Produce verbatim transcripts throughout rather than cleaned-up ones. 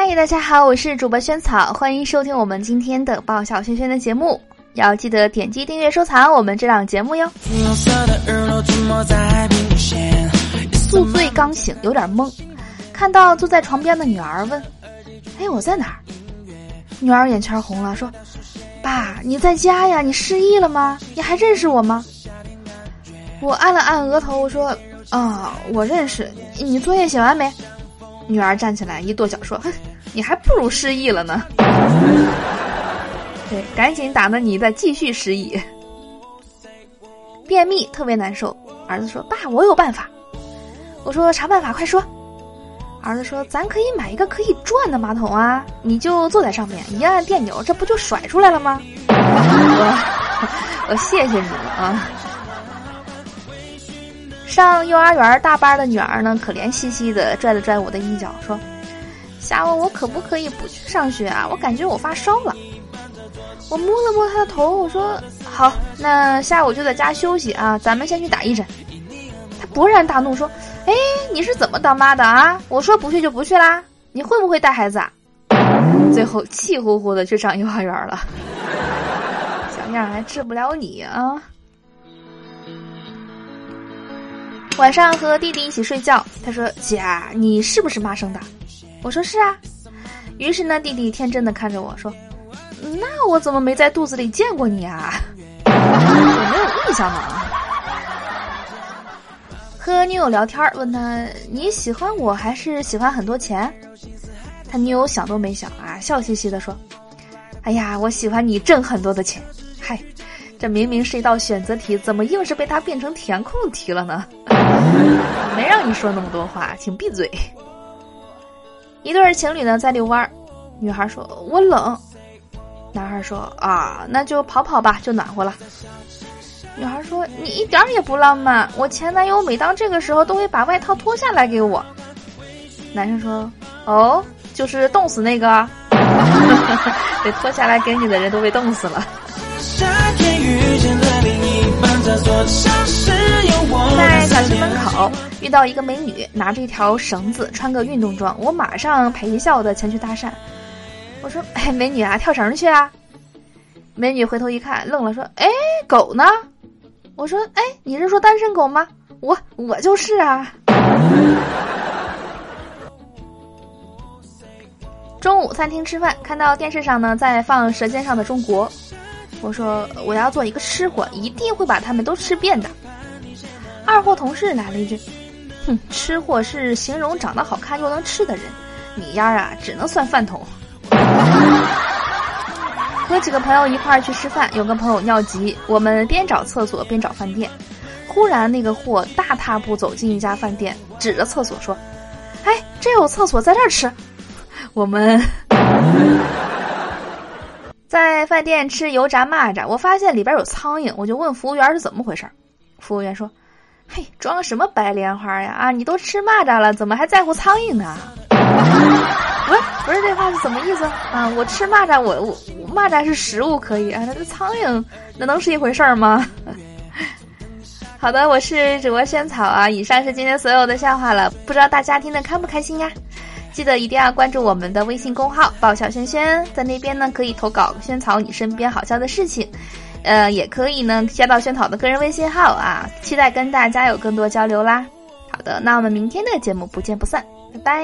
嗨，大家好，我是主播萱草，欢迎收听我们今天的爆笑轩轩的节目，要记得点击订阅收藏我们这档节目哟。宿醉刚醒，有点懵，看到坐在床边的女儿问：哎，我在哪儿？女儿眼圈红了，说：爸，你在家呀？你失忆了吗？你还认识我吗？我按了按额头，我说：啊、哦，我认识你。作业写完没？女儿站起来一跺脚说：哼，你还不如失忆了呢。对，赶紧打了你的继续失忆。便秘特别难受，儿子说：爸，我有办法。我说：啥办法？快说。儿子说：咱可以买一个可以转的马桶啊，你就坐在上面，一按电钮，这不就甩出来了吗？我我谢谢你了啊。上幼儿园大班的女儿呢，可怜兮兮的拽了拽我的衣角，说：下午我可不可以不去上学啊？我感觉我发烧了。我摸了摸她的头，我说：好，那下午就在家休息啊，咱们先去打一针。她勃然大怒说：哎，你是怎么当妈的啊？我说不去就不去啦，你会不会带孩子啊？最后气呼呼的去上幼儿园了。小样还治不了你啊。晚上和弟弟一起睡觉，他说：姐，你是不是妈生的？我说是啊。于是呢，弟弟天真的看着我说：那我怎么没在肚子里见过你啊？我没有印象呢。和女友聊天，问他：你喜欢我还是喜欢很多钱？他女友想都没想啊，笑嘻嘻的说：哎呀，我喜欢你挣很多的钱。嗨，这明明是一道选择题，怎么硬是被他变成填空题了呢？没让你说那么多话，请闭嘴。一对情侣呢在遛弯，女孩说：我冷。男孩说：啊，那就跑跑吧，就暖和了。女孩说：你一点也不浪漫，我前男友每当这个时候都会把外套脱下来给我。男生说：哦，就是冻死那个。被脱下来给你的人都被冻死了。在小区门口遇到一个美女，拿着一条绳子，穿个运动装，我马上陪笑的前去搭讪。我说：哎，美女啊，跳绳去啊。美女回头一看，愣了，说：哎，狗呢？我说：哎，你是说单身狗吗？我我就是啊。中午餐厅吃饭，看到电视上呢在放《舌尖上的中国》，我说：我要做一个吃货，一定会把他们都吃遍的。二货同事来了一句：哼，吃货是形容长得好看又能吃的人，你丫啊只能算饭桶。和几个朋友一块儿去吃饭，有个朋友尿急，我们边找厕所边找饭店。忽然那个货大踏步走进一家饭店，指着厕所说：哎，这有厕所，在这儿吃。我们在饭店吃油炸蚂蚱，我发现里边有苍蝇，我就问服务员是怎么回事。服务员说：嘿，装什么白莲花呀？啊，你都吃蚂蚱了，怎么还在乎苍蝇呢？不是不是，这话是怎么意思啊？我吃蚂蚱，我我蚂蚱是食物可以啊，那这苍蝇那能是一回事吗？好的，我是主播萱草啊。以上是今天所有的笑话了，不知道大家听得开不开心呀？记得一定要关注我们的微信公号爆笑轩轩，在那边呢可以投稿萱草你身边好笑的事情，呃，也可以呢加到萱草的个人微信号啊，期待跟大家有更多交流啦。好的，那我们明天的节目不见不散，拜拜。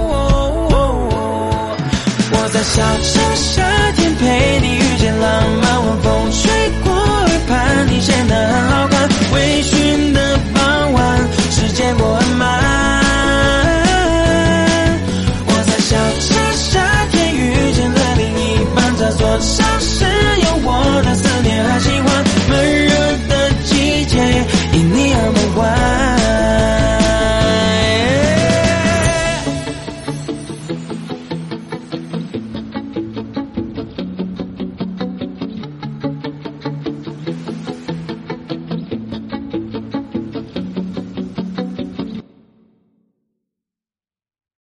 我在小城夏天陪你遇见浪漫。